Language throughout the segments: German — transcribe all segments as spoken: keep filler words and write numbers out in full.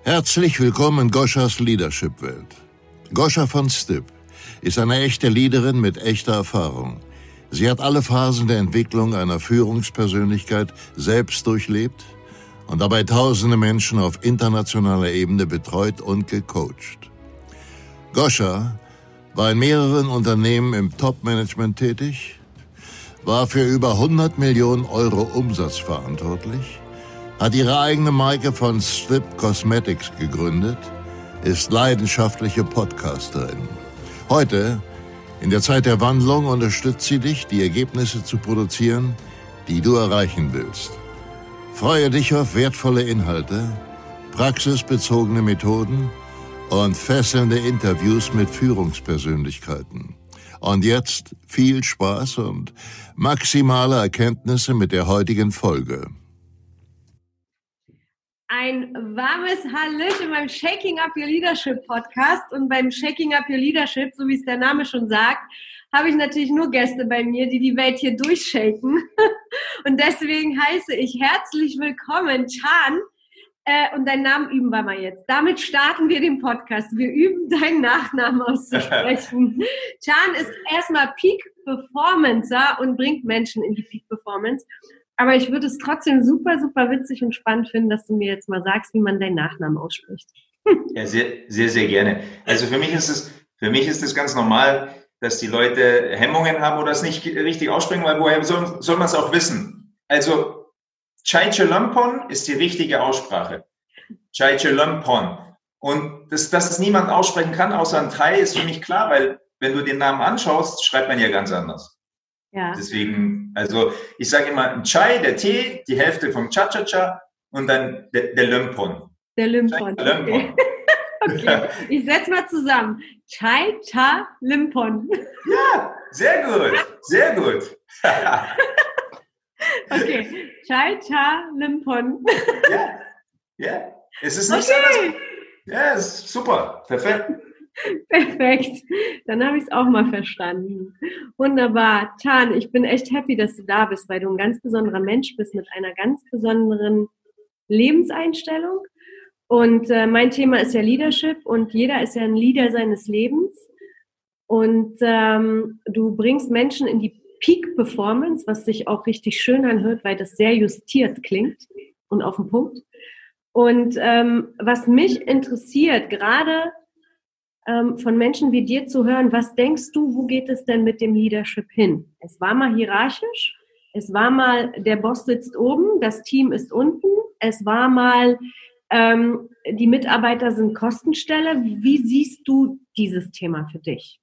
Herzlich willkommen in Goschas Leadership-Welt. Goscha von Stipp ist eine echte Leaderin mit echter Erfahrung. Sie hat alle Phasen der Entwicklung einer Führungspersönlichkeit selbst durchlebt und dabei tausende Menschen auf internationaler Ebene betreut und gecoacht. Goscha war in mehreren Unternehmen im Top-Management tätig, war für über hundert Millionen Euro Umsatz verantwortlich, hat ihre eigene Marke von Stipp Cosmetics gegründet, ist leidenschaftliche Podcasterin. Heute, in der Zeit der Wandlung, unterstützt sie dich, die Ergebnisse zu produzieren, die du erreichen willst. Freue dich auf wertvolle Inhalte, praxisbezogene Methoden und fesselnde Interviews mit Führungspersönlichkeiten. Und jetzt viel Spaß und maximale Erkenntnisse mit der heutigen Folge. Ein warmes Hallöchen beim Shaking Up Your Leadership Podcast. Und beim Shaking Up Your Leadership, so wie es der Name schon sagt, habe ich natürlich nur Gäste bei mir, die die Welt hier durchshaken. Und deswegen heiße ich herzlich willkommen, Can. Äh, und deinen Namen üben wir mal jetzt. Damit starten wir den Podcast. Wir üben deinen Nachnamen auszusprechen. Can ist erstmal Peak Performancer und bringt Menschen in die Peak Performance. Aber ich würde es trotzdem super, super witzig und spannend finden, dass du mir jetzt mal sagst, wie man deinen Nachnamen ausspricht. Ja, sehr, sehr, sehr gerne. Also für mich ist es, für mich ist es ganz normal, dass die Leute Hemmungen haben oder es nicht richtig aussprechen, weil woher soll, soll man es auch wissen? Also, Chaicholumpon ist die richtige Aussprache. Chaicholumpon. Und dass, dass es niemand aussprechen kann, außer ein Thai, ist für mich klar, weil wenn du den Namen anschaust, schreibt man ja ganz anders. Ja. Deswegen, also ich sage immer ein Chai, der Tee, die Hälfte vom Cha-Cha-Cha und dann der, der Lumpon. Der Lumpon. Okay. Okay, ich setze mal zusammen. Chai, Cha, Lumpon. Ja, sehr gut, sehr gut. Okay, Chai, Cha, Lumpon. Ja, ja, es ist nicht okay. So, ja, es ist super, perfekt. Perfekt, dann habe ich es auch mal verstanden. Wunderbar. Can, ich bin echt happy, dass du da bist, weil du ein ganz besonderer Mensch bist mit einer ganz besonderen Lebenseinstellung. Und äh, mein Thema ist ja Leadership und jeder ist ja ein Leader seines Lebens. Und ähm, du bringst Menschen in die Peak Performance, was sich auch richtig schön anhört, weil das sehr justiert klingt und auf den Punkt. Und ähm, was mich interessiert, gerade von Menschen wie dir zu hören, was denkst du, wo geht es denn mit dem Leadership hin? Es war mal hierarchisch, es war mal, der Boss sitzt oben, das Team ist unten, es war mal, ähm, die Mitarbeiter sind Kostenstelle. Wie siehst du dieses Thema für dich?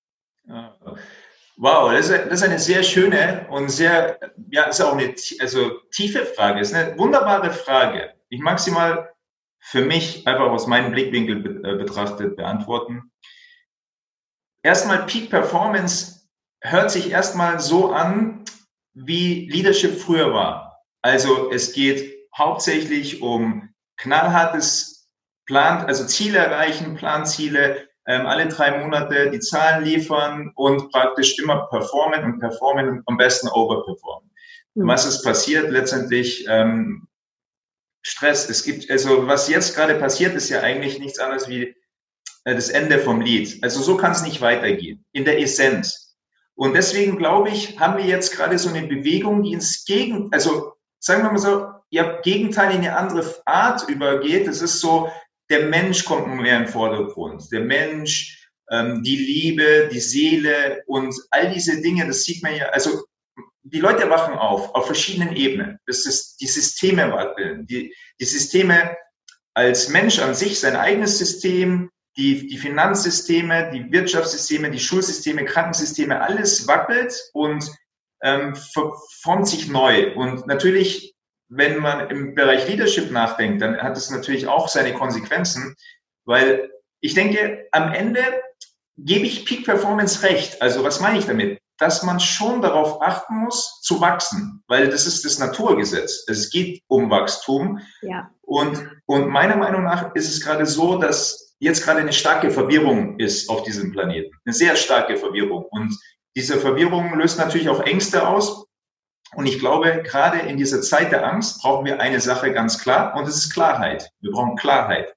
Wow, das ist, das ist eine sehr schöne und sehr, ja, ist auch eine also, tiefe Frage, ist eine wunderbare Frage. Ich mag sie mal für mich einfach aus meinem Blickwinkel betrachtet beantworten. Erstmal Peak Performance hört sich erstmal so an, wie Leadership früher war. Also es geht hauptsächlich um knallhartes Plan, also Ziele erreichen, Planziele, ähm, alle drei Monate die Zahlen liefern und praktisch immer performen und performen und am besten overperformen. Mhm. Was ist passiert letztendlich? Ähm, Stress. Es gibt, also was jetzt gerade passiert, ist ja eigentlich nichts anderes wie das Ende vom Lied. Also so kann es nicht weitergehen, in der Essenz. Und deswegen glaube ich, haben wir jetzt gerade so eine Bewegung, die ins Gegenteil, also sagen wir mal so, ja, Gegenteil in eine andere Art übergeht. Es ist so, der Mensch kommt mehr in den Vordergrund. Der Mensch, ähm, die Liebe, die Seele und all diese Dinge, das sieht man ja, also die Leute wachen auf, auf verschiedenen Ebenen. Das ist die Systeme wackeln. Die, die Systeme als Mensch an sich, sein eigenes System, die, die Finanzsysteme, die Wirtschaftssysteme, die Schulsysteme, Krankensysteme, alles wackelt und ähm, formt sich neu. Und natürlich, wenn man im Bereich Leadership nachdenkt, dann hat es natürlich auch seine Konsequenzen, weil ich denke, am Ende gebe ich Peak Performance recht. Also was meine ich damit? Dass man schon darauf achten muss, zu wachsen, weil das ist das Naturgesetz. Es geht um Wachstum. Ja. Und, und meiner Meinung nach ist es gerade so, dass jetzt gerade eine starke Verwirrung ist auf diesem Planeten. Eine sehr starke Verwirrung. Und diese Verwirrung löst natürlich auch Ängste aus. Und ich glaube, gerade in dieser Zeit der Angst brauchen wir eine Sache ganz klar, und das ist Klarheit. Wir brauchen Klarheit.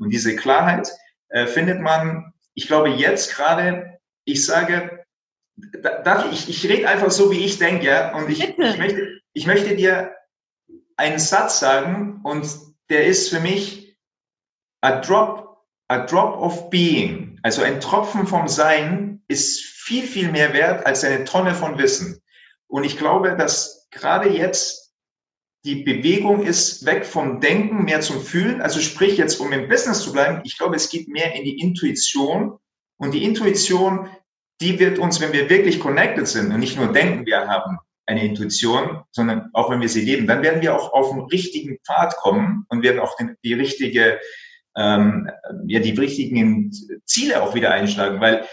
Und diese Klarheit äh, findet man, ich glaube jetzt gerade, ich sage, da, ich, ich rede einfach so, wie ich denke, ja, und ich, ich, möchte, ich möchte dir einen Satz sagen und der ist für mich a drop, a drop of being, also ein Tropfen vom Sein ist viel, viel mehr wert als eine Tonne von Wissen. Und ich glaube, dass gerade jetzt die Bewegung ist weg vom Denken, mehr zum Fühlen. Also sprich jetzt, um im Business zu bleiben, ich glaube, es geht mehr in die Intuition. Und die Intuition, die wird uns, wenn wir wirklich connected sind und nicht nur denken, wir haben eine Intuition, sondern auch wenn wir sie leben, dann werden wir auch auf den richtigen Pfad kommen und werden auch den, die richtige, ähm, ja, die richtigen Ziele auch wieder einschlagen. Weil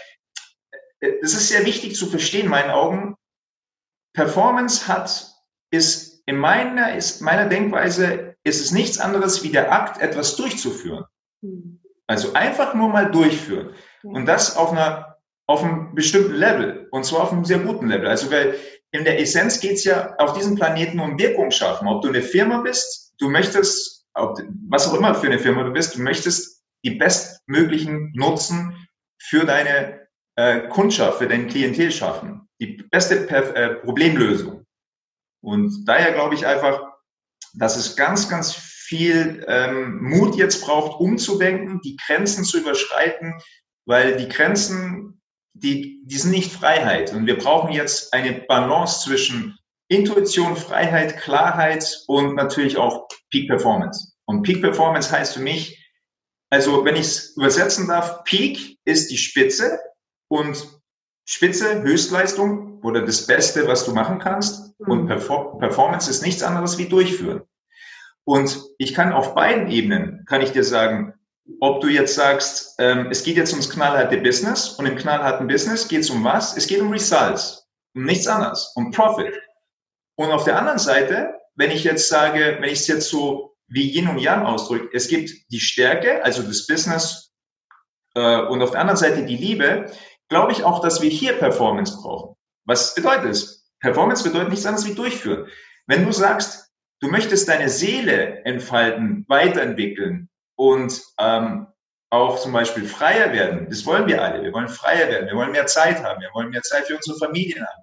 es ist sehr wichtig zu verstehen, in meinen Augen, Performance hat, ist in meiner, ist meiner Denkweise, ist es nichts anderes wie der Akt, etwas durchzuführen. Also einfach nur mal durchführen. Und das auf einer, auf einem bestimmten Level. Und zwar auf einem sehr guten Level. Also, weil in der Essenz geht es ja auf diesem Planeten um Wirkung schaffen. Ob du eine Firma bist, du möchtest, ob, was auch immer für eine Firma du bist, du möchtest die bestmöglichen Nutzen für deine äh, Kundschaft, für dein Klientel schaffen. Die beste Perf- äh, Problemlösung. Und daher glaube ich einfach, dass es ganz, ganz viel ähm, Mut jetzt braucht, umzudenken, die Grenzen zu überschreiten, weil die Grenzen, die, die sind nicht Freiheit. Und wir brauchen jetzt eine Balance zwischen Intuition, Freiheit, Klarheit und natürlich auch Peak Performance. Und Peak Performance heißt für mich, also wenn ich es übersetzen darf, Peak ist die Spitze und Spitze, Höchstleistung oder das Beste, was du machen kannst. Und Perform- Performance ist nichts anderes wie durchführen. Und ich kann auf beiden Ebenen, kann ich dir sagen, ob du jetzt sagst, ähm, es geht jetzt ums knallharte Business und im knallharten Business geht es um was? Es geht um Results, um nichts anderes, um Profit. Und auf der anderen Seite, wenn ich jetzt sage, wenn ich es jetzt so wie Yin und Yang ausdrücke, es gibt die Stärke, also das Business äh, und auf der anderen Seite die Liebe, glaube ich auch, dass wir hier Performance brauchen. Was bedeutet es? Performance bedeutet nichts anderes wie durchführen. Wenn du sagst, du möchtest deine Seele entfalten, weiterentwickeln und ähm, auch zum Beispiel freier werden, das wollen wir alle, wir wollen freier werden, wir wollen mehr Zeit haben, wir wollen mehr Zeit für unsere Familien haben.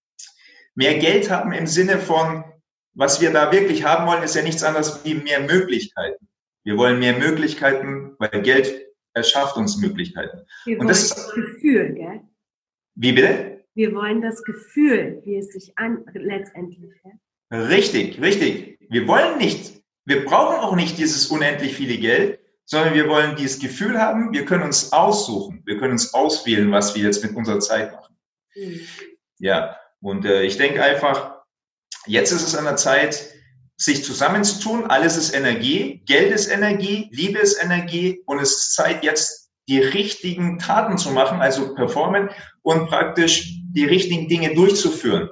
Mehr Geld haben im Sinne von, was wir da wirklich haben wollen, ist ja nichts anderes wie mehr Möglichkeiten. Wir wollen mehr Möglichkeiten, weil Geld erschafft uns Möglichkeiten. Wir und wollen das, das Gefühl, gell? Wie bitte? Wir wollen das Gefühl, wie es sich an, letztendlich, gell? Richtig, richtig. Wir wollen nicht, wir brauchen auch nicht dieses unendlich viele Geld, sondern wir wollen dieses Gefühl haben, wir können uns aussuchen, wir können uns auswählen, was wir jetzt mit unserer Zeit machen. Mhm. Ja, und äh, ich denke einfach, jetzt ist es an der Zeit, sich zusammenzutun. Alles ist Energie, Geld ist Energie, Liebe ist Energie und es ist Zeit, jetzt die richtigen Taten zu machen, also performen und praktisch die richtigen Dinge durchzuführen.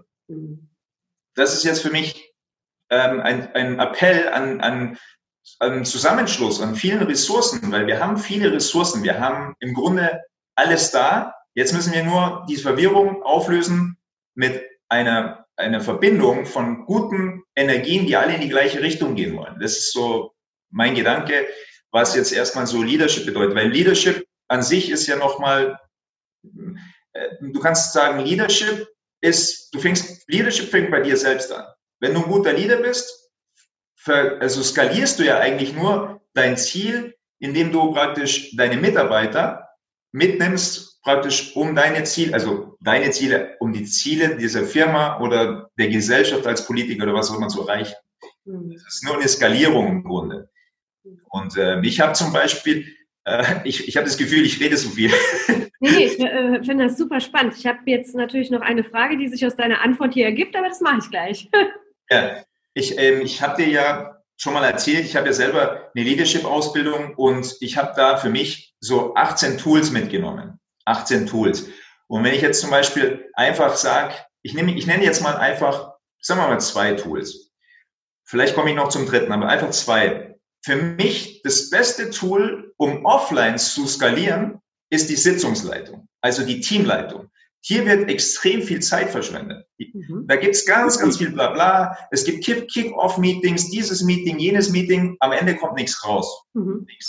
Das ist jetzt für mich ähm, ein, ein Appell an, an, an Zusammenschluss, an vielen Ressourcen, weil wir haben viele Ressourcen, wir haben im Grunde alles da. Jetzt müssen wir nur die Verwirrung auflösen mit einer, einer Verbindung von guten Energien, die alle in die gleiche Richtung gehen wollen. Das ist so mein Gedanke, was jetzt erstmal so Leadership bedeutet. Weil Leadership an sich ist ja nochmal, du kannst sagen, Leadership ist, du fängst, Leadership fängt bei dir selbst an. Wenn du ein guter Leader bist, also skalierst du ja eigentlich nur dein Ziel, indem du praktisch deine Mitarbeiter mitnimmst, praktisch um deine Ziele, also deine Ziele, um die Ziele dieser Firma oder der Gesellschaft als Politiker oder was auch immer zu erreichen. Das ist nur eine Skalierung im Grunde. Und äh, ich habe zum Beispiel, äh, ich, ich habe das Gefühl, ich rede so viel. Nee, nee, ich äh, finde das super spannend. Ich habe jetzt natürlich noch eine Frage, die sich aus deiner Antwort hier ergibt, aber das mache ich gleich. Ja, ich, ähm, ich habe dir ja schon mal erzählt, ich habe ja selber eine Leadership-Ausbildung und ich habe da für mich so achtzehn Tools mitgenommen. achtzehn Tools. Und wenn ich jetzt zum Beispiel einfach sage, ich nehme, ich nenne jetzt mal einfach, sagen wir mal zwei Tools. Vielleicht komme ich noch zum dritten, aber einfach zwei. Für mich das beste Tool, um offline zu skalieren, ist die Sitzungsleitung, also die Teamleitung. Hier wird extrem viel Zeit verschwendet. Mhm. Da gibt's ganz, ganz viel Blabla. Es gibt Kick-Off-Meetings, dieses Meeting, jenes Meeting. Am Ende kommt nichts raus. Mhm. Nichts.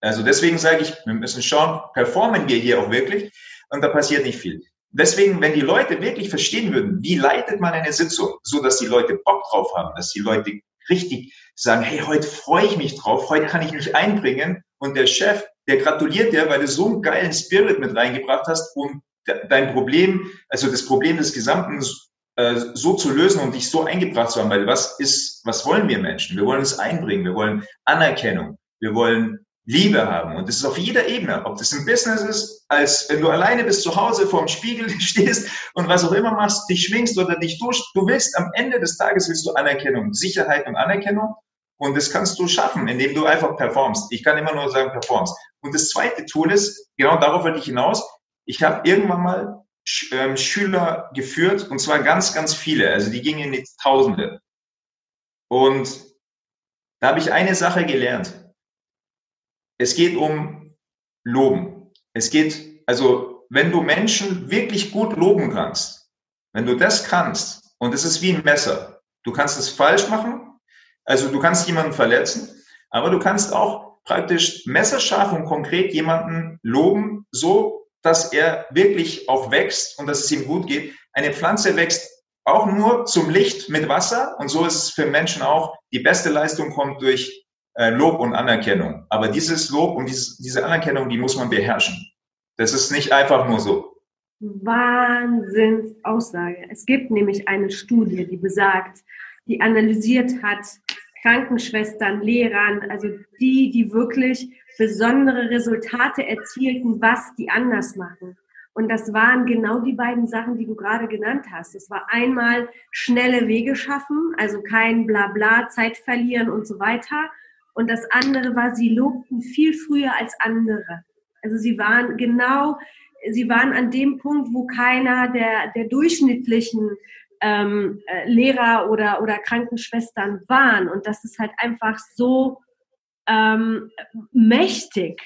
Also deswegen sage ich, wir müssen schauen, performen wir hier auch wirklich? Und da passiert nicht viel. Deswegen, wenn die Leute wirklich verstehen würden, wie leitet man eine Sitzung, so dass die Leute Bock drauf haben, dass die Leute richtig sagen, hey, heute freue ich mich drauf, heute kann ich mich einbringen und der Chef, der gratuliert dir, weil du so einen geilen Spirit mit reingebracht hast, um dein Problem, also das Problem des Gesamten äh, so zu lösen und dich so eingebracht zu haben, weil was ist, was wollen wir Menschen? Wir wollen es einbringen, wir wollen Anerkennung, wir wollen Liebe haben und das ist auf jeder Ebene, ob das im Business ist, als wenn du alleine bist zu Hause vor dem Spiegel stehst und was auch immer machst, dich schwingst oder dich duscht, du willst am Ende des Tages willst du Anerkennung, Sicherheit und Anerkennung und das kannst du schaffen, indem du einfach performst. Ich kann immer nur sagen, performst. Und das zweite Tool ist, genau darauf wollte ich hinaus, ich habe irgendwann mal ähm, Schüler geführt und zwar ganz, ganz viele, also die gingen in die Tausende und da habe ich eine Sache gelernt. Es geht um Loben. Es geht, also wenn du Menschen wirklich gut loben kannst, wenn du das kannst, und es ist wie ein Messer, du kannst es falsch machen, also du kannst jemanden verletzen, aber du kannst auch praktisch messerscharf und konkret jemanden loben, so dass er wirklich auch wächst und dass es ihm gut geht. Eine Pflanze wächst auch nur zum Licht mit Wasser und so ist es für Menschen auch. Die beste Leistung kommt durch Lob und Anerkennung. Aber dieses Lob und dieses, diese Anerkennung, die muss man beherrschen. Das ist nicht einfach nur so. Wahnsinnsaussage. Es gibt nämlich eine Studie, die besagt, die analysiert hat, Krankenschwestern, Lehrern, also die, die wirklich besondere Resultate erzielten, was die anders machen. Und das waren genau die beiden Sachen, die du gerade genannt hast. Es war einmal schnelle Wege schaffen, also kein Blabla, Zeit verlieren und so weiter. Und das andere war, sie lobten viel früher als andere. Also sie waren genau, sie waren an dem Punkt, wo keiner der, der durchschnittlichen ähm, Lehrer oder, oder Krankenschwestern waren. Und das ist halt einfach so ähm, mächtig.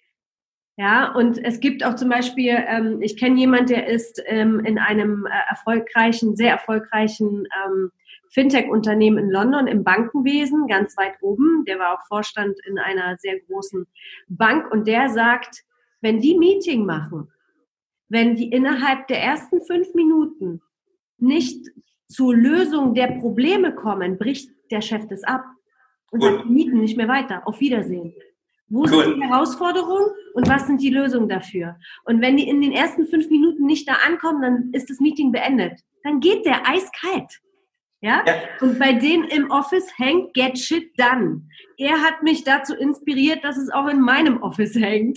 Ja, und es gibt auch zum Beispiel, ähm, ich kenne jemanden, der ist ähm, in einem äh, erfolgreichen, sehr erfolgreichen ähm, Fintech-Unternehmen in London im Bankenwesen, ganz weit oben. Der war auch Vorstand in einer sehr großen Bank und der sagt, wenn die Meeting machen, wenn die innerhalb der ersten fünf Minuten nicht zur Lösung der Probleme kommen, bricht der Chef das ab und sagt, wir mieten nicht mehr weiter. Auf Wiedersehen. Wo sind die Herausforderungen und was sind die Lösungen dafür? Und wenn die in den ersten fünf Minuten nicht da ankommen, dann ist das Meeting beendet. Dann geht der eiskalt. Ja? Ja? Und bei denen im Office hängt Get Shit Done. Er hat mich dazu inspiriert, dass es auch in meinem Office hängt.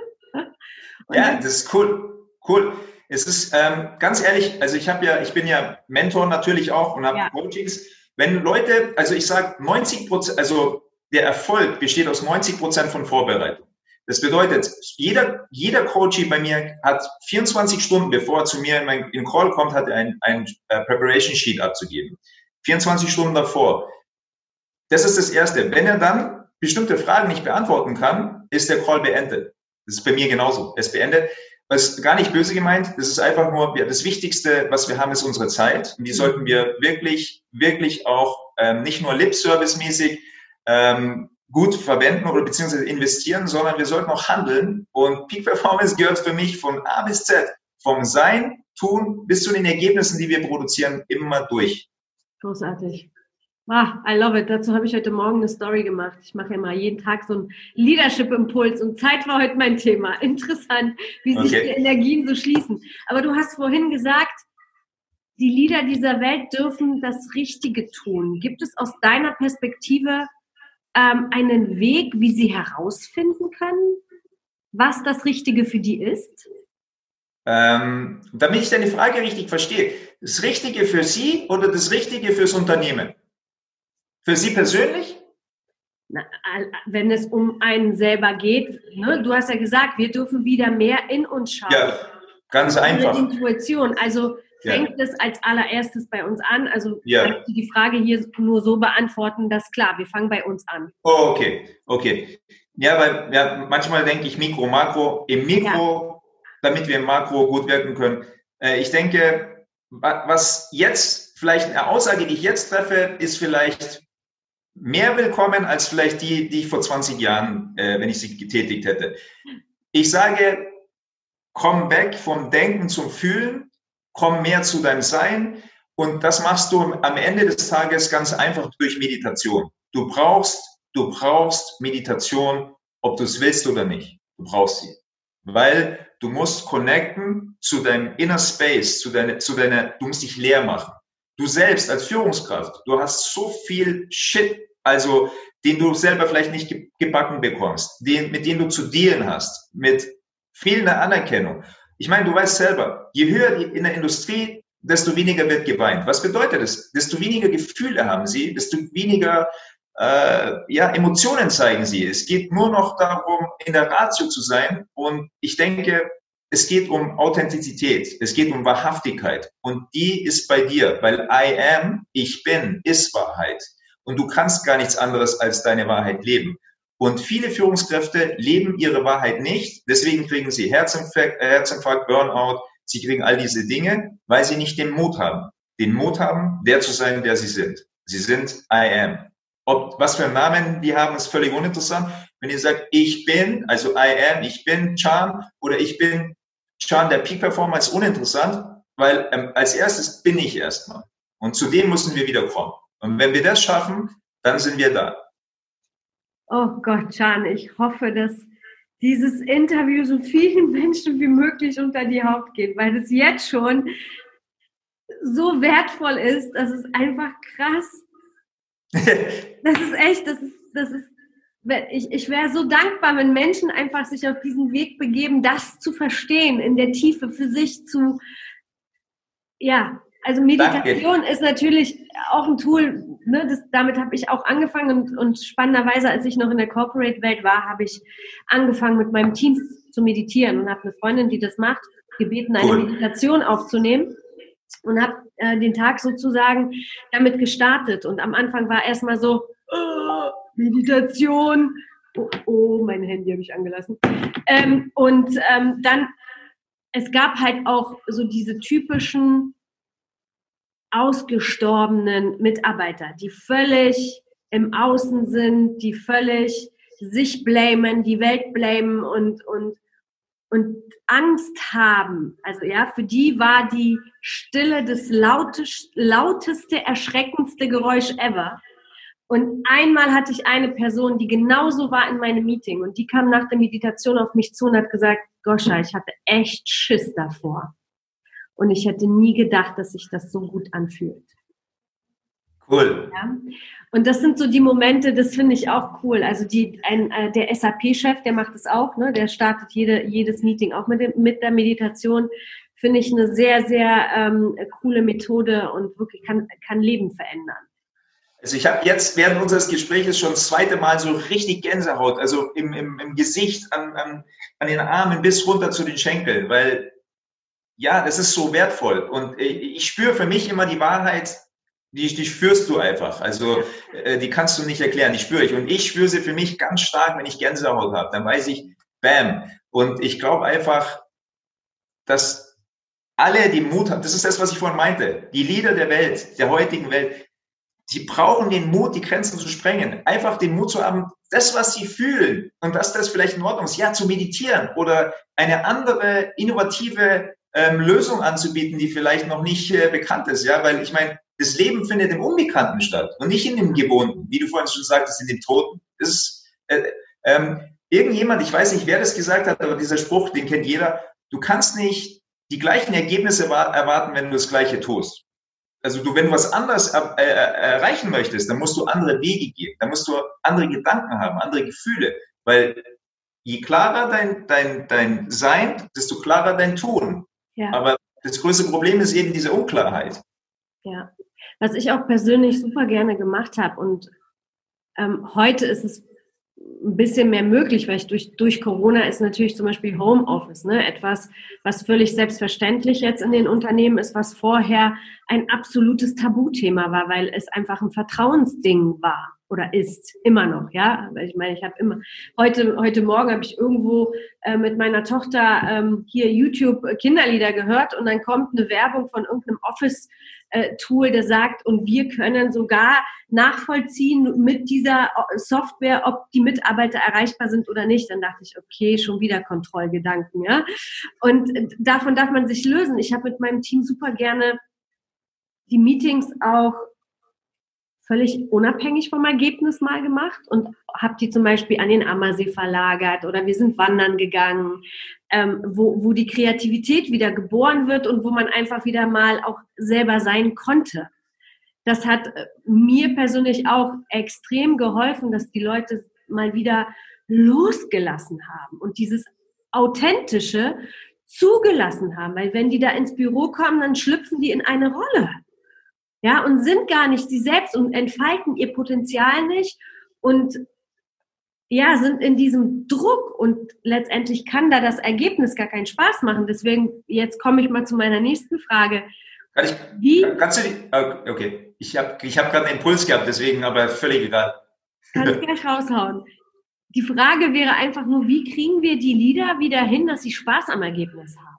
Ja, das ist cool. Cool. Es ist ähm, ganz ehrlich, also ich habe ja, ich bin ja Mentor natürlich auch und habe ja. Coachings. Wenn Leute, also ich sage neunzig Prozent, also der Erfolg besteht aus neunzig Prozent von Vorbereitung. Das bedeutet, jeder, jeder Coachie bei mir hat vierundzwanzig Stunden, bevor er zu mir in mein in Call kommt, hat er ein, ein uh, Preparation Sheet abzugeben. vierundzwanzig Stunden davor. Das ist das Erste. Wenn er dann bestimmte Fragen nicht beantworten kann, ist der Call beendet. Das ist bei mir genauso. Es beendet. Das ist gar nicht böse gemeint. Das ist einfach nur, ja, das Wichtigste, was wir haben, ist unsere Zeit. Und die sollten wir wirklich, wirklich auch ähm, nicht nur Lip-Service-mäßig ähm, gut verwenden oder beziehungsweise investieren, sondern wir sollten auch handeln. Und Peak Performance gehört für mich von A bis Z, vom Sein, Tun bis zu den Ergebnissen, die wir produzieren, immer durch. Großartig. Ah, I love it. Dazu habe ich heute Morgen eine Story gemacht. Ich mache ja mal jeden Tag so einen Leadership-Impuls und Zeit war heute mein Thema. Interessant, wie sich okay. die Energien so schließen. Aber du hast vorhin gesagt, die Leader dieser Welt dürfen das Richtige tun. Gibt es aus deiner Perspektive ähm, einen Weg, wie sie herausfinden können, was das Richtige für die ist? Ähm, damit ich deine Frage richtig verstehe, das Richtige für Sie oder das Richtige fürs Unternehmen? Für Sie persönlich? Na, wenn es um einen selber geht, ne? Du hast ja gesagt, wir dürfen wieder mehr in uns schauen. Ja, ganz einfach. Intuition, also fängt ja. es als allererstes bei uns an. Also ja. kann ich die Frage hier nur so beantworten, dass klar, wir fangen bei uns an. Oh, okay, okay. Ja, weil ja, manchmal denke ich Mikro, Makro. Im Mikro, ja. damit wir im Makro gut wirken können. Äh, ich denke, was jetzt, vielleicht eine Aussage, die ich jetzt treffe, ist vielleicht mehr willkommen als vielleicht die, die ich vor zwanzig Jahren, äh, wenn ich sie getätigt hätte. Ich sage, komm weg vom Denken zum Fühlen, komm mehr zu deinem Sein und das machst du am Ende des Tages ganz einfach durch Meditation. Du brauchst, du brauchst Meditation, ob du es willst oder nicht. Du brauchst sie, weil du musst connecten zu deinem Inner Space, zu deiner, zu deiner, du musst dich leer machen. Du selbst als Führungskraft, du hast so viel Shit, also den du selber vielleicht nicht gebacken bekommst, den, mit dem du zu dealen hast, mit fehlender Anerkennung. Ich meine, du weißt selber, je höher die in der Industrie, desto weniger wird geweint. Was bedeutet das? Desto weniger Gefühle haben sie, desto weniger äh, ja, Emotionen zeigen sie. Es geht nur noch darum, in der Ratio zu sein. Und ich denke, es geht um Authentizität, es geht um Wahrhaftigkeit. Und die ist bei dir, weil I am, ich bin, ist Wahrheit. Und du kannst gar nichts anderes als deine Wahrheit leben. Und viele Führungskräfte leben ihre Wahrheit nicht. Deswegen kriegen sie Herzinfarkt, Herzinfarkt, Burnout. Sie kriegen all diese Dinge, weil sie nicht den Mut haben. Den Mut haben, der zu sein, der sie sind. Sie sind I am. Ob, was für einen Namen die haben, ist völlig uninteressant. Wenn ihr sagt, ich bin, also I am, ich bin Can oder ich bin Can, der Peak Performer, ist uninteressant, weil ähm, als erstes bin ich erstmal. Und zu dem müssen wir wieder kommen. Und wenn wir das schaffen, dann sind wir da. Oh Gott, Can, ich hoffe, dass dieses Interview so vielen Menschen wie möglich unter die Haut geht, weil es jetzt schon so wertvoll ist. Das ist einfach krass. Das ist echt, das ist, das ist, ich, ich wäre so dankbar, wenn Menschen einfach sich auf diesen Weg begeben, das zu verstehen, in der Tiefe für sich zu, ja, also Meditation Danke. Ist natürlich auch ein Tool, ne, das, damit habe ich auch angefangen und, und spannenderweise, als ich noch in der Corporate-Welt war, habe ich angefangen mit meinem Team zu meditieren und habe eine Freundin, die das macht, gebeten, eine cool. Meditation aufzunehmen und habe äh, den Tag sozusagen damit gestartet und am Anfang war erstmal so, oh, Meditation, oh, oh, mein Handy habe ich angelassen ähm, und ähm, dann, es gab halt auch so diese typischen ausgestorbenen Mitarbeiter, die völlig im Außen sind, die völlig sich blamen, die Welt blamen und, und, und Angst haben. Also ja, für die war die Stille das lautest, lauteste, erschreckendste Geräusch ever. Und einmal hatte ich eine Person, die genauso war in meinem Meeting und die kam nach der Meditation auf mich zu und hat gesagt, Goscha, ich hatte echt Schiss davor. Und ich hätte nie gedacht, dass sich das so gut anfühlt. Cool. Ja? Und das sind so die Momente, das finde ich auch cool. Also die, ein, äh, der S A P-Chef, der macht das auch, ne? Der startet jede, jedes Meeting auch mit, dem, mit der Meditation. Finde ich eine sehr, sehr ähm, coole Methode und wirklich kann, kann Leben verändern. Also ich habe jetzt während unseres Gesprächs schon das zweite Mal so richtig Gänsehaut, also im, im, im Gesicht, an, an, an den Armen bis runter zu den Schenkeln, weil ja, das ist so wertvoll und ich spüre für mich immer die Wahrheit, die, die spürst du einfach, also die kannst du nicht erklären, die spüre ich und ich spüre sie für mich ganz stark, wenn ich Gänsehaut habe, dann weiß ich, bam, und ich glaube einfach, dass alle die Mut haben, das ist das, was ich vorhin meinte, die Leader der Welt, der heutigen Welt, die brauchen den Mut, die Grenzen zu sprengen, einfach den Mut zu haben, das, was sie fühlen und dass das vielleicht in Ordnung ist, ja, zu meditieren oder eine andere, innovative Ähm, Lösung anzubieten, die vielleicht noch nicht äh, bekannt ist, ja, weil ich meine, das Leben findet im Unbekannten statt und nicht in dem Gewohnten, wie du vorhin schon sagtest, in dem Toten. Das ist, äh, ähm, irgendjemand, ich weiß nicht, wer das gesagt hat, aber dieser Spruch, den kennt jeder, du kannst nicht die gleichen Ergebnisse erwarten, wenn du das Gleiche tust. Also du, wenn du was anderes äh, äh, erreichen möchtest, dann musst du andere Wege gehen, dann musst du andere Gedanken haben, andere Gefühle, weil je klarer dein, dein, dein Sein, desto klarer dein Tun. Ja. Aber das größte Problem ist eben diese Unklarheit. Ja, was ich auch persönlich super gerne gemacht habe und ähm, heute ist es ein bisschen mehr möglich, weil ich durch, durch Corona ist natürlich zum Beispiel Homeoffice, ne, etwas, was völlig selbstverständlich jetzt in den Unternehmen ist, was vorher ein absolutes Tabuthema war, weil es einfach ein Vertrauensding war. oder ist immer noch, ja. Aber ich meine, ich habe immer heute heute Morgen habe ich irgendwo äh, mit meiner Tochter ähm, hier YouTube Kinderlieder gehört und dann kommt eine Werbung von irgendeinem Office äh, Tool, der sagt, und wir können sogar nachvollziehen mit dieser Software, ob die Mitarbeiter erreichbar sind oder nicht. Dann dachte ich, okay, schon wieder Kontrollgedanken, ja. Und äh, davon darf man sich lösen. Ich habe mit meinem Team super gerne die Meetings auch völlig unabhängig vom Ergebnis mal gemacht und habe die zum Beispiel an den Ammersee verlagert oder wir sind wandern gegangen, ähm, wo, wo die Kreativität wieder geboren wird und wo man einfach wieder mal auch selber sein konnte. Das hat mir persönlich auch extrem geholfen, dass die Leute mal wieder losgelassen haben und dieses Authentische zugelassen haben, weil wenn die da ins Büro kommen, dann schlüpfen die in eine Rolle. Ja, und sind gar nicht sie selbst und entfalten ihr Potenzial nicht und ja, sind in diesem Druck und letztendlich kann da das Ergebnis gar keinen Spaß machen. Deswegen, jetzt komme ich mal zu meiner nächsten Frage. Kann ich, Wie? Kannst du die, okay, ich habe ich hab gerade einen Impuls gehabt, deswegen aber völlig egal. Kannst gleich raushauen. Die Frage wäre einfach nur, wie kriegen wir die Leader wieder hin, dass sie Spaß am Ergebnis haben?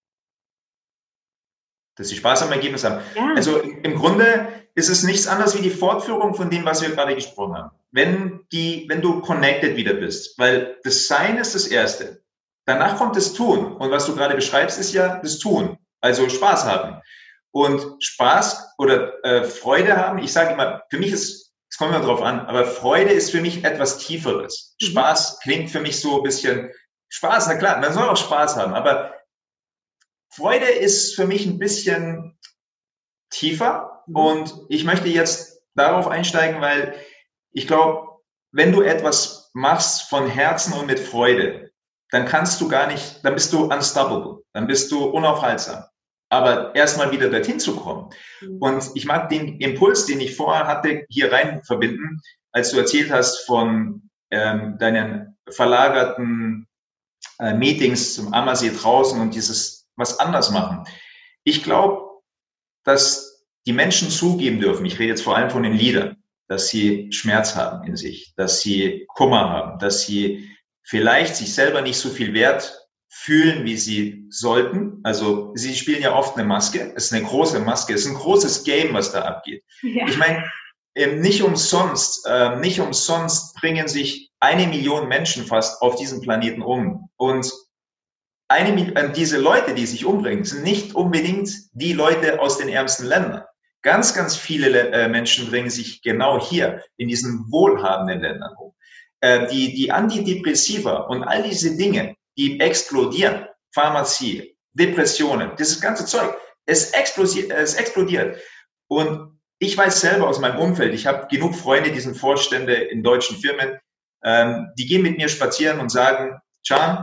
Dass sie Spaß am Ergebnis haben. Ja. Also im Grunde ist es nichts anderes wie die Fortführung von dem, was wir gerade gesprochen haben. Wenn, die, wenn du connected wieder bist, weil das Sein ist das Erste. Danach kommt das Tun. Und was du gerade beschreibst, ist ja das Tun. Also Spaß haben. Und Spaß oder äh, Freude haben, ich sage immer, für mich ist, es kommt immer drauf an, aber Freude ist für mich etwas Tieferes. Mhm. Spaß klingt für mich so ein bisschen, Spaß, na klar, man soll auch Spaß haben, aber Freude ist für mich ein bisschen tiefer und ich möchte jetzt darauf einsteigen, weil ich glaube, wenn du etwas machst von Herzen und mit Freude, dann kannst du gar nicht, dann bist du unstoppable, dann bist du unaufhaltsam. Aber erstmal wieder dorthin zu kommen. Und ich mag den Impuls, den ich vorher hatte, hier rein verbinden, als du erzählt hast von ähm, deinen verlagerten äh, Meetings zum Ammersee draußen und dieses was anders machen. Ich glaube, dass die Menschen zugeben dürfen, ich rede jetzt vor allem von den Leadern, dass sie Schmerz haben in sich, dass sie Kummer haben, dass sie vielleicht sich selber nicht so viel wert fühlen, wie sie sollten. Also sie spielen ja oft eine Maske, es ist eine große Maske, es ist ein großes Game, was da abgeht. Ja. Ich meine, nicht umsonst, äh, nicht umsonst bringen sich eine Million Menschen fast auf diesem Planeten um. Und Eine, diese Leute, die sich umbringen, sind nicht unbedingt die Leute aus den ärmsten Ländern. Ganz, ganz viele äh, Menschen bringen sich genau hier in diesen wohlhabenden Ländern um. Äh, die, die Antidepressiva und all diese Dinge, die explodieren, Pharmazie, Depressionen, dieses ganze Zeug, es explodiert, es explodiert. Und ich weiß selber aus meinem Umfeld, ich habe genug Freunde, die sind Vorstände in deutschen Firmen, ähm, die gehen mit mir spazieren und sagen, Can,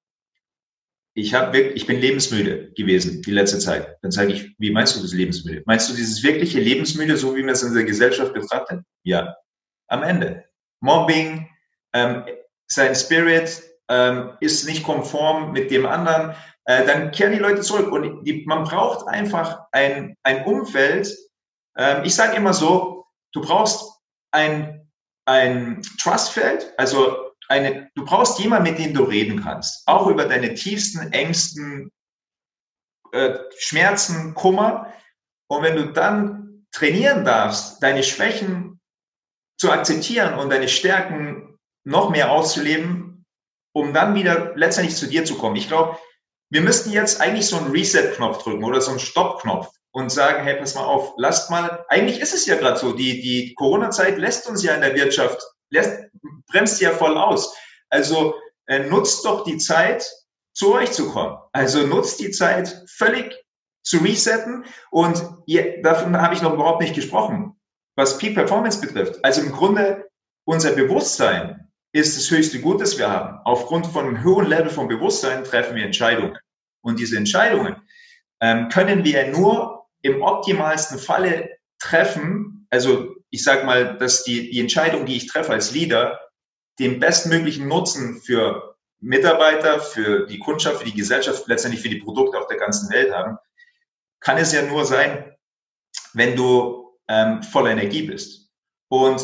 Ich, hab wirklich, ich bin lebensmüde gewesen die letzte Zeit. Dann sage ich, wie meinst du das lebensmüde? Meinst du dieses wirkliche Lebensmüde, so wie man es in der Gesellschaft betrachtet? Ja, am Ende. Mobbing, ähm, sein Spirit ähm, ist nicht konform mit dem anderen. Äh, dann kehren die Leute zurück. Und die, man braucht einfach ein, ein Umfeld. Ähm, ich sage immer so, du brauchst ein, ein Trustfeld, also Eine, du brauchst jemanden, mit dem du reden kannst, auch über deine tiefsten Ängsten, äh, Schmerzen, Kummer. Und wenn du dann trainieren darfst, deine Schwächen zu akzeptieren und deine Stärken noch mehr auszuleben, um dann wieder letztendlich zu dir zu kommen. Ich glaube, wir müssten jetzt eigentlich so einen Reset-Knopf drücken oder so einen Stopp-Knopf und sagen, hey, pass mal auf, lasst mal, eigentlich ist es ja gerade so, die, die Corona-Zeit lässt uns ja in der Wirtschaft lässt, bremst ja voll aus. Also äh, nutzt doch die Zeit, zu euch zu kommen. Also nutzt die Zeit, völlig zu resetten. Und ihr, davon habe ich noch überhaupt nicht gesprochen, was Peak Performance betrifft. Also im Grunde, unser Bewusstsein ist das höchste Gut, das wir haben. Aufgrund von einem hohen Level von Bewusstsein treffen wir Entscheidungen. Und diese Entscheidungen ähm, können wir nur im optimalsten Falle treffen. Also ich sage mal, dass die, die Entscheidung, die ich treffe als Leader, den bestmöglichen Nutzen für Mitarbeiter, für die Kundschaft, für die Gesellschaft, letztendlich für die Produkte auf der ganzen Welt haben, kann es ja nur sein, wenn du ähm, voller Energie bist. Und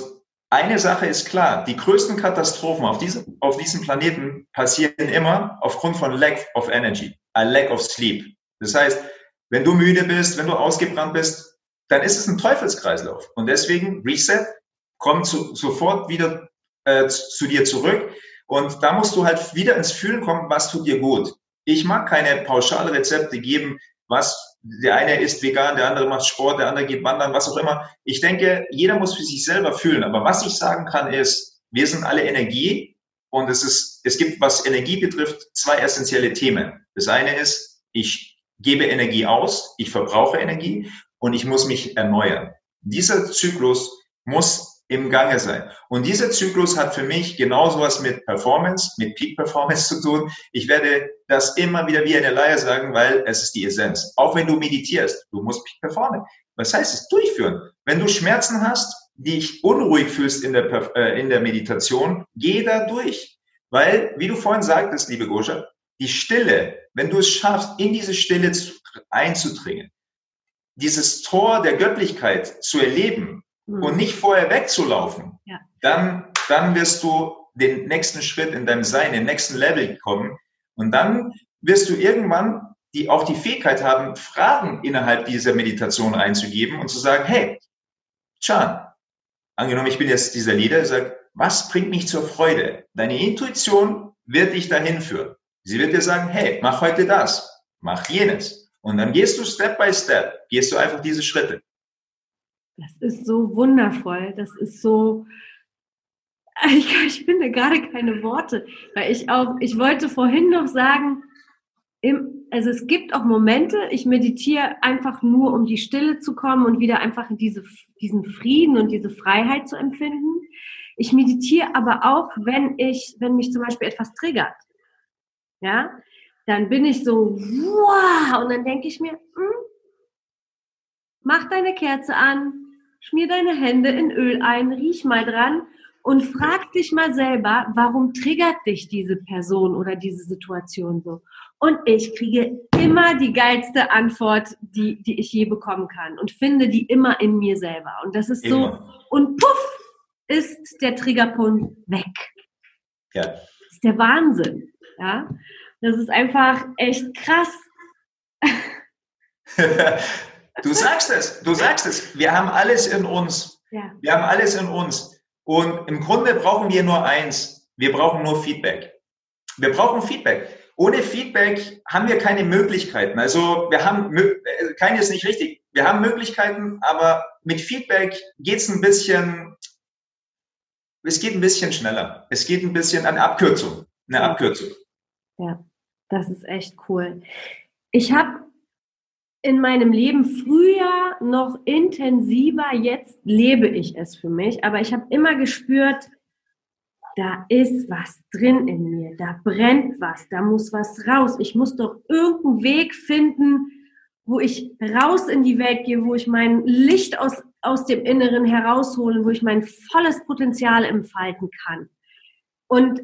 eine Sache ist klar, die größten Katastrophen auf diesem, auf diesem Planeten passieren immer aufgrund von Lack of Energy, a lack of sleep. Das heißt, wenn du müde bist, wenn du ausgebrannt bist, dann ist es ein Teufelskreislauf. Und deswegen Reset, komm zu, sofort wieder äh, zu dir zurück. Und da musst du halt wieder ins Fühlen kommen, was tut dir gut. Ich mag keine Pauschalrezepte geben, was der eine ist vegan, der andere macht Sport, der andere geht wandern, was auch immer. Ich denke, jeder muss für sich selber fühlen. Aber was ich sagen kann ist, wir sind alle Energie und es ist, es gibt, was Energie betrifft, zwei essentielle Themen. Das eine ist, ich gebe Energie aus, ich verbrauche Energie und ich muss mich erneuern. Dieser Zyklus muss im Gange sein. Und dieser Zyklus hat für mich genauso was mit Performance, mit Peak Performance zu tun. Ich werde das immer wieder wie eine Leier sagen, weil es ist die Essenz. Auch wenn du meditierst, du musst Peak performen. Was heißt es? Durchführen. Wenn du Schmerzen hast, die dich unruhig fühlst in der, äh, in der Meditation, geh da durch. Weil, wie du vorhin sagtest, liebe Goscha, die Stille, wenn du es schaffst, in diese Stille zu, einzudringen, dieses Tor der Göttlichkeit zu erleben, und nicht vorher wegzulaufen, ja. dann, dann wirst du den nächsten Schritt in deinem Sein, den nächsten Level kommen. Und dann wirst du irgendwann die, auch die Fähigkeit haben, Fragen innerhalb dieser Meditation einzugeben und zu sagen, hey, Can, angenommen, ich bin jetzt dieser Leader, sag, was bringt mich zur Freude? Deine Intuition wird dich dahin führen. Sie wird dir sagen, hey, mach heute das, mach jenes. Und dann gehst du Step by Step, gehst du einfach diese Schritte. Das ist so wundervoll. Das ist so, ich, ich finde gerade keine Worte, weil ich auch, ich wollte vorhin noch sagen, im, also es gibt auch Momente, ich meditiere einfach nur, um die Stille zu kommen und wieder einfach diese, diesen Frieden und diese Freiheit zu empfinden. Ich meditiere aber auch, wenn ich, wenn mich zum Beispiel etwas triggert. Ja, dann bin ich so, wow, und dann denke ich mir, hm, mach deine Kerze an, schmier deine Hände in Öl ein, riech mal dran und frag dich mal selber, warum triggert dich diese Person oder diese Situation so? Und ich kriege immer die geilste Antwort, die, die ich je bekommen kann und finde die immer in mir selber. Und das ist immer so, und puff, ist der Triggerpunkt weg. Ja. Das ist der Wahnsinn. Ja? Das ist einfach echt krass. Du sagst es, du sagst es. Wir haben alles in uns. Ja. Wir haben alles in uns. Und im Grunde brauchen wir nur eins. Wir brauchen nur Feedback. Wir brauchen Feedback. Ohne Feedback haben wir keine Möglichkeiten. Also wir haben, keine ist nicht richtig. Wir haben Möglichkeiten, aber mit Feedback geht's ein bisschen, es geht ein bisschen schneller. Es geht ein bisschen an Abkürzung. Eine ja. Abkürzung. Ja, das ist echt cool. Ich habe in meinem Leben früher noch intensiver, jetzt lebe ich es für mich, aber ich habe immer gespürt, da ist was drin in mir, da brennt was, da muss was raus. Ich muss doch irgendeinen Weg finden, wo ich raus in die Welt gehe, wo ich mein Licht aus, aus dem Inneren heraushole, wo ich mein volles Potenzial entfalten kann. Und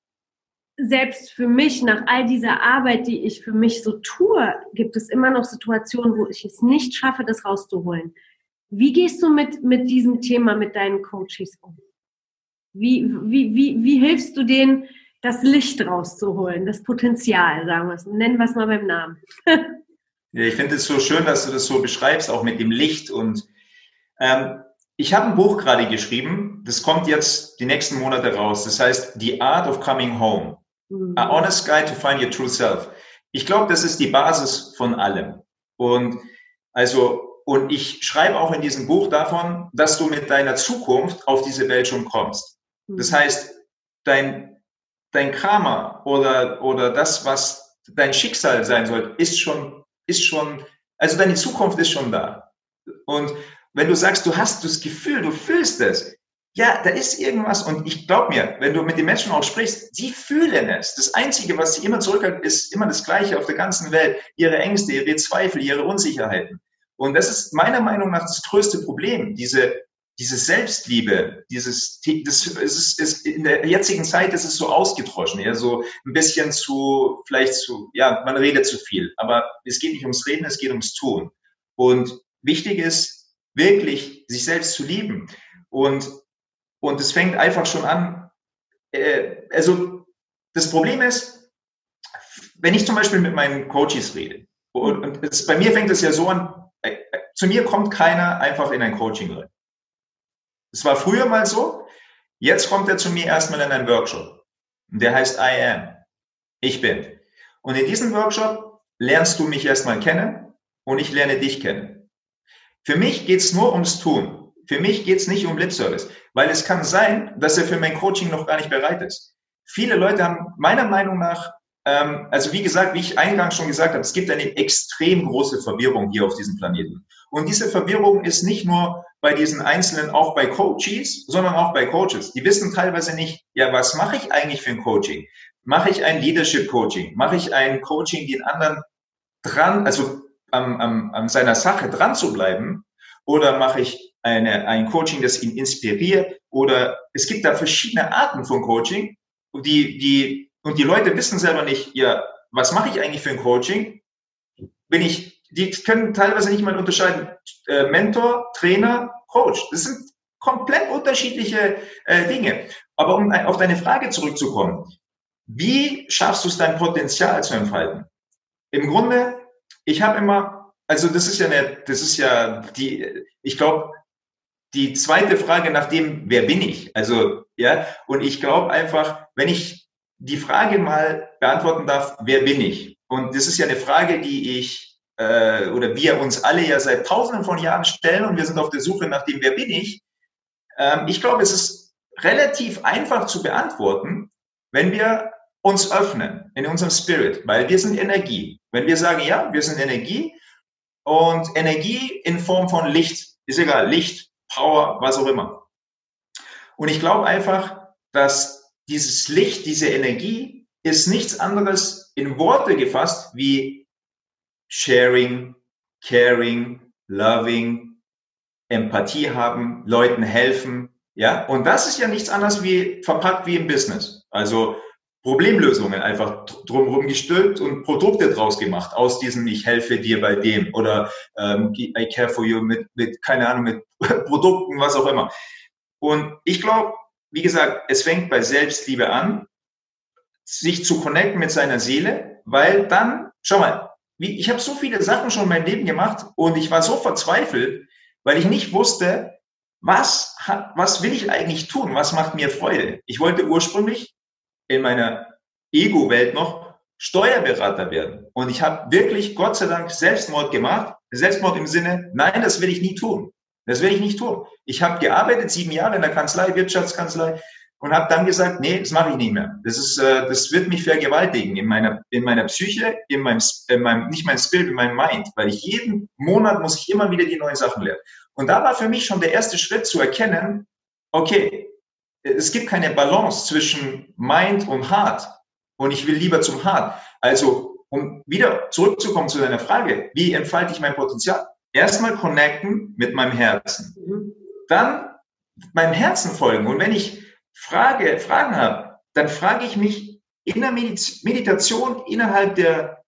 selbst für mich, nach all dieser Arbeit, die ich für mich so tue, gibt es immer noch Situationen, wo ich es nicht schaffe, das rauszuholen. Wie gehst du mit, mit diesem Thema mit deinen Coaches um? Wie, wie, wie, wie hilfst du denen, das Licht rauszuholen, das Potenzial, sagen wir es, nennen wir es mal beim Namen. Ja, ich finde es so schön, dass du das so beschreibst, auch mit dem Licht. Und ähm, ich habe ein Buch gerade geschrieben, das kommt jetzt die nächsten Monate raus. Das heißt, The Art of Coming Home. A honest guide to find your true self. Ich glaube, das ist die Basis von allem. Und also, und ich schreibe auch in diesem Buch davon, dass du mit deiner Zukunft auf diese Welt schon kommst. Das heißt, dein, dein Karma oder, oder das, was dein Schicksal sein soll, ist schon, ist schon, also deine Zukunft ist schon da. Und wenn du sagst, du hast das Gefühl, du fühlst es, ja, da ist irgendwas und ich glaube mir, wenn du mit den Menschen auch sprichst, sie fühlen es. Das Einzige, was sie immer zurückhalten, ist immer das Gleiche auf der ganzen Welt. Ihre Ängste, ihre Zweifel, ihre Unsicherheiten. Und das ist meiner Meinung nach das größte Problem, diese, diese Selbstliebe, dieses, das ist, ist, in der jetzigen Zeit ist es so ausgedroschen, ja, so ein bisschen zu, vielleicht zu, ja, man redet zu viel. Aber es geht nicht ums Reden, es geht ums Tun. Und wichtig ist, wirklich sich selbst zu lieben. Und Und es fängt einfach schon an, äh, also das Problem ist, wenn ich zum Beispiel mit meinen Coaches rede, und, und es, bei mir fängt es ja so an, äh, zu mir kommt keiner einfach in ein Coaching rein. Es war früher mal so, jetzt kommt er zu mir erstmal in einen Workshop. Der heißt I am. Ich bin. Und in diesem Workshop lernst du mich erstmal kennen und ich lerne dich kennen. Für mich geht's nur ums Tun. Für mich geht's nicht um Lipservice, weil es kann sein, dass er für mein Coaching noch gar nicht bereit ist. Viele Leute haben meiner Meinung nach, ähm, also wie gesagt, wie ich eingangs schon gesagt habe, es gibt eine extrem große Verwirrung hier auf diesem Planeten. Und diese Verwirrung ist nicht nur bei diesen Einzelnen, auch bei Coaches, sondern auch bei Coaches. Die wissen teilweise nicht, ja, was mache ich eigentlich für ein Coaching? Mache ich ein Leadership-Coaching? Mache ich ein Coaching, den anderen dran, also an, an, an seiner Sache dran zu bleiben? Oder mache ich eine, ein Coaching, das ihn inspiriert? Oder es gibt da verschiedene Arten von Coaching, die, die, und die Leute wissen selber nicht, ja, was mache ich eigentlich für ein Coaching? Bin ich, die können teilweise nicht mal unterscheiden, äh, Mentor, Trainer, Coach. Das sind komplett unterschiedliche äh, Dinge. Aber um auf deine Frage zurückzukommen, wie schaffst du es, dein Potenzial zu entfalten? Im Grunde, ich habe immer, also das ist ja eine, das ist ja die, ich glaube, die zweite Frage nach dem, wer bin ich? Also, ja, und ich glaube einfach, wenn ich die Frage mal beantworten darf, wer bin ich? Und das ist ja eine Frage, die ich, äh, oder wir uns alle ja seit tausenden von Jahren stellen und wir sind auf der Suche nach dem, wer bin ich? Ähm, ich glaube, es ist relativ einfach zu beantworten, wenn wir uns öffnen in unserem Spirit, weil wir sind Energie. Wenn wir sagen, ja, wir sind Energie und Energie in Form von Licht, ist egal, Licht, Power, was auch immer. Und ich glaube einfach, dass dieses Licht, diese Energie ist nichts anderes in Worte gefasst wie Sharing, Caring, Loving, Empathie haben, Leuten helfen, ja. Und das ist ja nichts anderes wie verpackt wie im Business. Also Problemlösungen einfach drumherum gestülpt und Produkte draus gemacht aus diesem ich helfe dir bei dem oder ähm, I care for you mit, mit, keine Ahnung, mit Produkten, was auch immer. Und ich glaube, wie gesagt, es fängt bei Selbstliebe an, sich zu connecten mit seiner Seele, weil dann, schau mal, wie, ich habe so viele Sachen schon in meinem Leben gemacht und ich war so verzweifelt, weil ich nicht wusste, was, was will ich eigentlich tun, was macht mir Freude. Ich wollte ursprünglich in meiner Ego-Welt noch Steuerberater werden. Und ich habe wirklich, Gott sei Dank, Selbstmord gemacht. Selbstmord im Sinne, nein, das will ich nie tun. Das will ich nicht tun. Ich habe gearbeitet, sieben Jahre in der Kanzlei, Wirtschaftskanzlei und habe dann gesagt, nee, das mache ich nicht mehr. Das ist, äh, das wird mich vergewaltigen in meiner, in meiner Psyche, in meinem, in meinem, nicht mein Spirit, in meinem Mind, weil ich jeden Monat muss ich immer wieder die neuen Sachen lernen. Und da war für mich schon der erste Schritt zu erkennen, okay, es gibt keine Balance zwischen Mind und Heart. Und ich will lieber zum Heart. Also, um wieder zurückzukommen zu deiner Frage, wie entfalte ich mein Potenzial? Erstmal connecten mit meinem Herzen. Dann meinem Herzen folgen. Und wenn ich Frage, Fragen habe, dann frage ich mich in der Meditation innerhalb der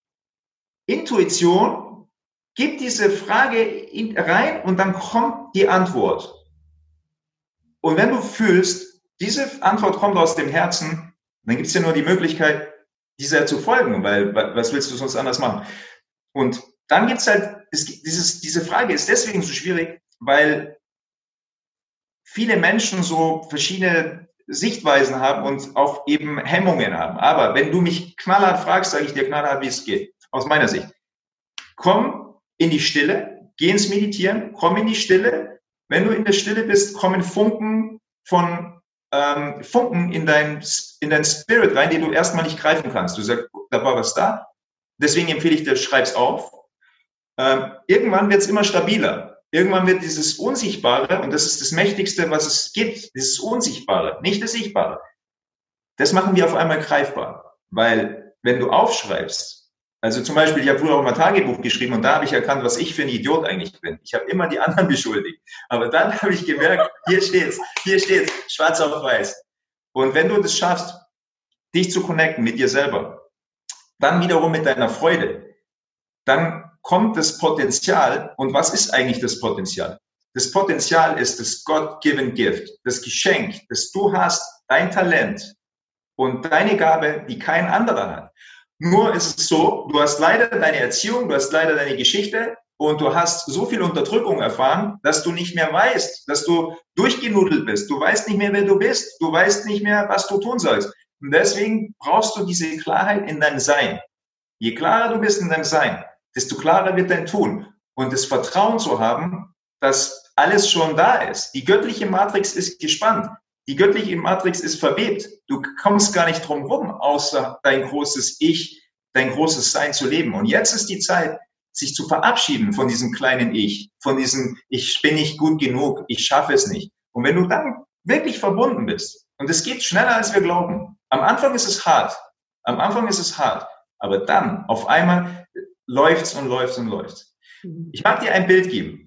Intuition, gib diese Frage in, rein und dann kommt die Antwort. Und wenn du fühlst, diese Antwort kommt aus dem Herzen, dann gibt es ja nur die Möglichkeit, dieser zu folgen, weil was willst du sonst anders machen? Und dann gibt es halt, es, dieses, diese Frage ist deswegen so schwierig, weil viele Menschen so verschiedene Sichtweisen haben und auch eben Hemmungen haben. Aber wenn du mich knallhart fragst, sage ich dir knallhart, wie es geht, aus meiner Sicht. Komm in die Stille, geh ins Meditieren, komm in die Stille. Wenn du in der Stille bist, kommen Funken von ähm, Funken in dein, in dein Spirit rein, den du erstmal nicht greifen kannst. Du sagst, da war was da. Deswegen empfehle ich dir, schreib's auf. Ähm, irgendwann wird es immer stabiler. Irgendwann wird dieses Unsichtbare, und das ist das Mächtigste, was es gibt, dieses Unsichtbare, nicht das Sichtbare. Das machen wir auf einmal greifbar. Weil, wenn du aufschreibst, also zum Beispiel, ich habe früher auch mal Tagebuch geschrieben und da habe ich erkannt, was ich für ein Idiot eigentlich bin. Ich habe immer die anderen beschuldigt. Aber dann habe ich gemerkt, hier steht's, hier steht's, schwarz auf weiß. Und wenn du das schaffst, dich zu connecten mit dir selber, dann wiederum mit deiner Freude, dann kommt das Potenzial. Und was ist eigentlich das Potenzial? das Potenzial ist das God-given Gift, das Geschenk, das du hast, dein Talent und deine Gabe, die kein anderer hat. Nur ist es so, du hast leider deine Erziehung, du hast leider deine Geschichte und du hast so viel Unterdrückung erfahren, dass du nicht mehr weißt, dass du durchgenudelt bist. Du weißt nicht mehr, wer du bist. Du weißt nicht mehr, was du tun sollst. Und deswegen brauchst du diese Klarheit in deinem Sein. Je klarer du bist in deinem Sein, desto klarer wird dein Tun. Und das Vertrauen zu haben, dass alles schon da ist. Die göttliche Matrix ist gespannt. Die göttliche Matrix ist verwebt. Du kommst gar nicht drum rum, außer dein großes Ich, dein großes Sein zu leben. Und jetzt ist die Zeit, sich zu verabschieden von diesem kleinen Ich, von diesem Ich bin nicht gut genug, ich schaffe es nicht. Und wenn du dann wirklich verbunden bist, und es geht schneller, als wir glauben. Am Anfang ist es hart. Am Anfang ist es hart. Aber dann, auf einmal, läuft's und läuft's und läuft's. Ich mag dir ein Bild geben.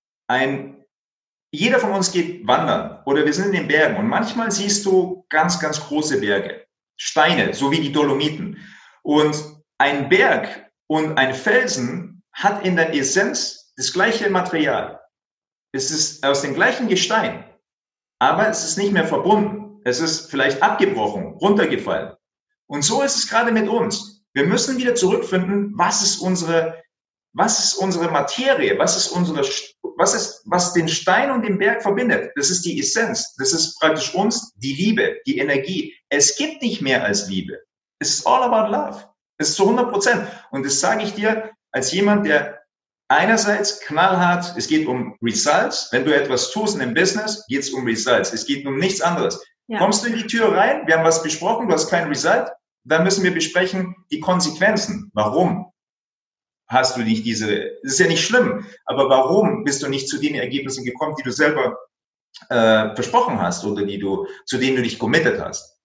Ein, jeder von uns geht wandern oder wir sind in den Bergen und manchmal siehst du ganz, ganz große Berge, Steine, so wie die Dolomiten. Und ein Berg und ein Felsen hat in der Essenz das gleiche Material. Es ist aus dem gleichen Gestein, aber es ist nicht mehr verbunden. Es ist vielleicht abgebrochen, runtergefallen. Und so ist es gerade mit uns. Wir müssen wieder zurückfinden, was ist unsere, was ist unsere Materie, was ist unsere, was ist, was den Stein und den Berg verbindet. Das ist die Essenz. Das ist praktisch uns, die Liebe, die Energie. Es gibt nicht mehr als Liebe. It's all about love. Es ist zu hundert Prozent. Und das sage ich dir als jemand, der einerseits knallhart, es geht um Results. Wenn du etwas tust in dem Business, geht es um Results. Es geht um nichts anderes. Ja. Kommst du in die Tür rein, wir haben was besprochen, du hast kein Result, dann müssen wir besprechen die Konsequenzen. Warum hast du nicht diese, das ist ja nicht schlimm, aber warum bist du nicht zu den Ergebnissen gekommen, die du selber äh, versprochen hast oder die du, zu denen du dich committed hast?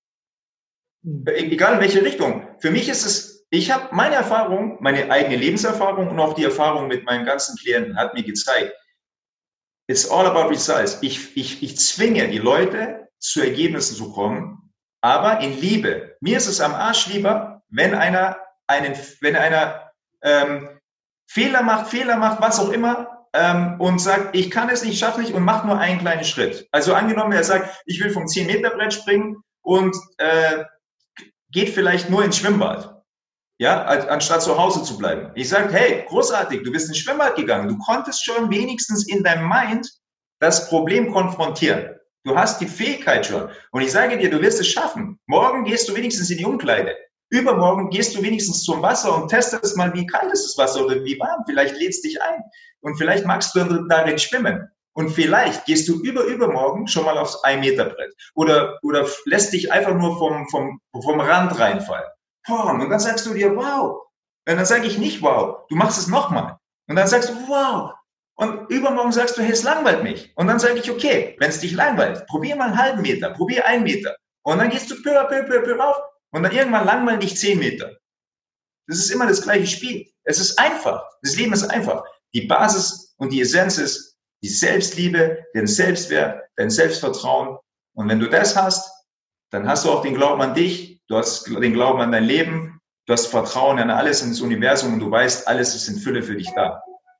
Mhm. Egal in welche Richtung. Für mich ist es, ich habe meine Erfahrung, meine eigene Lebenserfahrung und auch die Erfahrung mit meinen ganzen Klienten hat mir gezeigt, it's all about results. Ich, ich, ich zwinge die Leute, zu Ergebnissen zu kommen, aber in Liebe. Mir ist es am Arsch lieber, wenn einer einen, wenn einer ähm, Fehler macht, Fehler macht, was auch immer, ähm, und sagt, ich kann es nicht, schaffe nicht und macht nur einen kleinen Schritt. Also angenommen, er sagt, ich will vom zehn Meter Brett springen und äh, geht vielleicht nur ins Schwimmbad, ja, anstatt zu Hause zu bleiben. Ich sage, hey, großartig, du bist ins Schwimmbad gegangen, du konntest schon wenigstens in deinem Mind das Problem konfrontieren. Du hast die Fähigkeit schon. Und ich sage dir, du wirst es schaffen. Morgen gehst du wenigstens in die Umkleide. Übermorgen gehst du wenigstens zum Wasser und testest mal, wie kalt ist das Wasser oder wie warm. Vielleicht lädst dich ein. Und vielleicht magst du darin schwimmen. Und vielleicht gehst du über übermorgen schon mal aufs ein-Meter-Brett. Oder, oder lässt dich einfach nur vom, vom, vom Rand reinfallen. Und dann sagst du dir, wow. Und dann sage ich nicht, wow. Du machst es nochmal. Und dann sagst du, wow. Und übermorgen sagst du, hey, es langweilt mich. Und dann sage ich, okay, wenn es dich langweilt, probier mal einen halben Meter, probier einen Meter. Und dann gehst du peu à peu, peu à peu rauf. Und dann irgendwann langweilen dich zehn Meter. Das ist immer das gleiche Spiel. Es ist einfach. Das Leben ist einfach. Die Basis und die Essenz ist die Selbstliebe, den Selbstwert, dein Selbstvertrauen. Und wenn du das hast, dann hast du auch den Glauben an dich. Du hast den Glauben an dein Leben. Du hast Vertrauen an alles ins Universum und du weißt, alles ist in Fülle für dich da.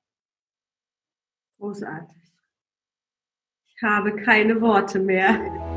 Großartig. Ich habe keine Worte mehr.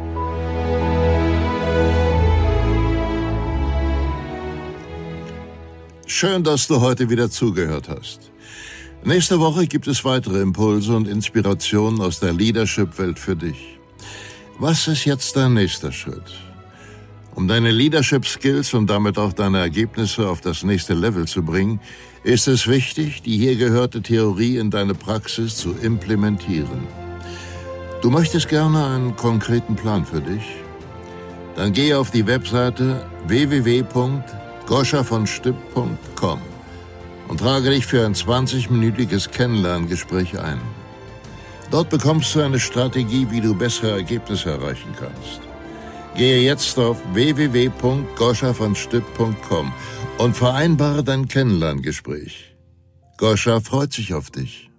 Schön, dass du heute wieder zugehört hast. Nächste Woche gibt es weitere Impulse und Inspirationen aus der Leadership-Welt für dich. Was ist jetzt dein nächster Schritt? Um deine Leadership-Skills und damit auch deine Ergebnisse auf das nächste Level zu bringen, ist es wichtig, die hier gehörte Theorie in deine Praxis zu implementieren. Du möchtest gerne einen konkreten Plan für dich? Dann gehe auf die Webseite w w w punkt goscha von stipp punkt com und trage dich für ein zwanzig-minütiges Kennenlerngespräch ein. Dort bekommst du eine Strategie, wie du bessere Ergebnisse erreichen kannst. Gehe jetzt auf w w w punkt goscha von stipp punkt com und vereinbare dein Kennenlerngespräch. Goscha freut sich auf dich.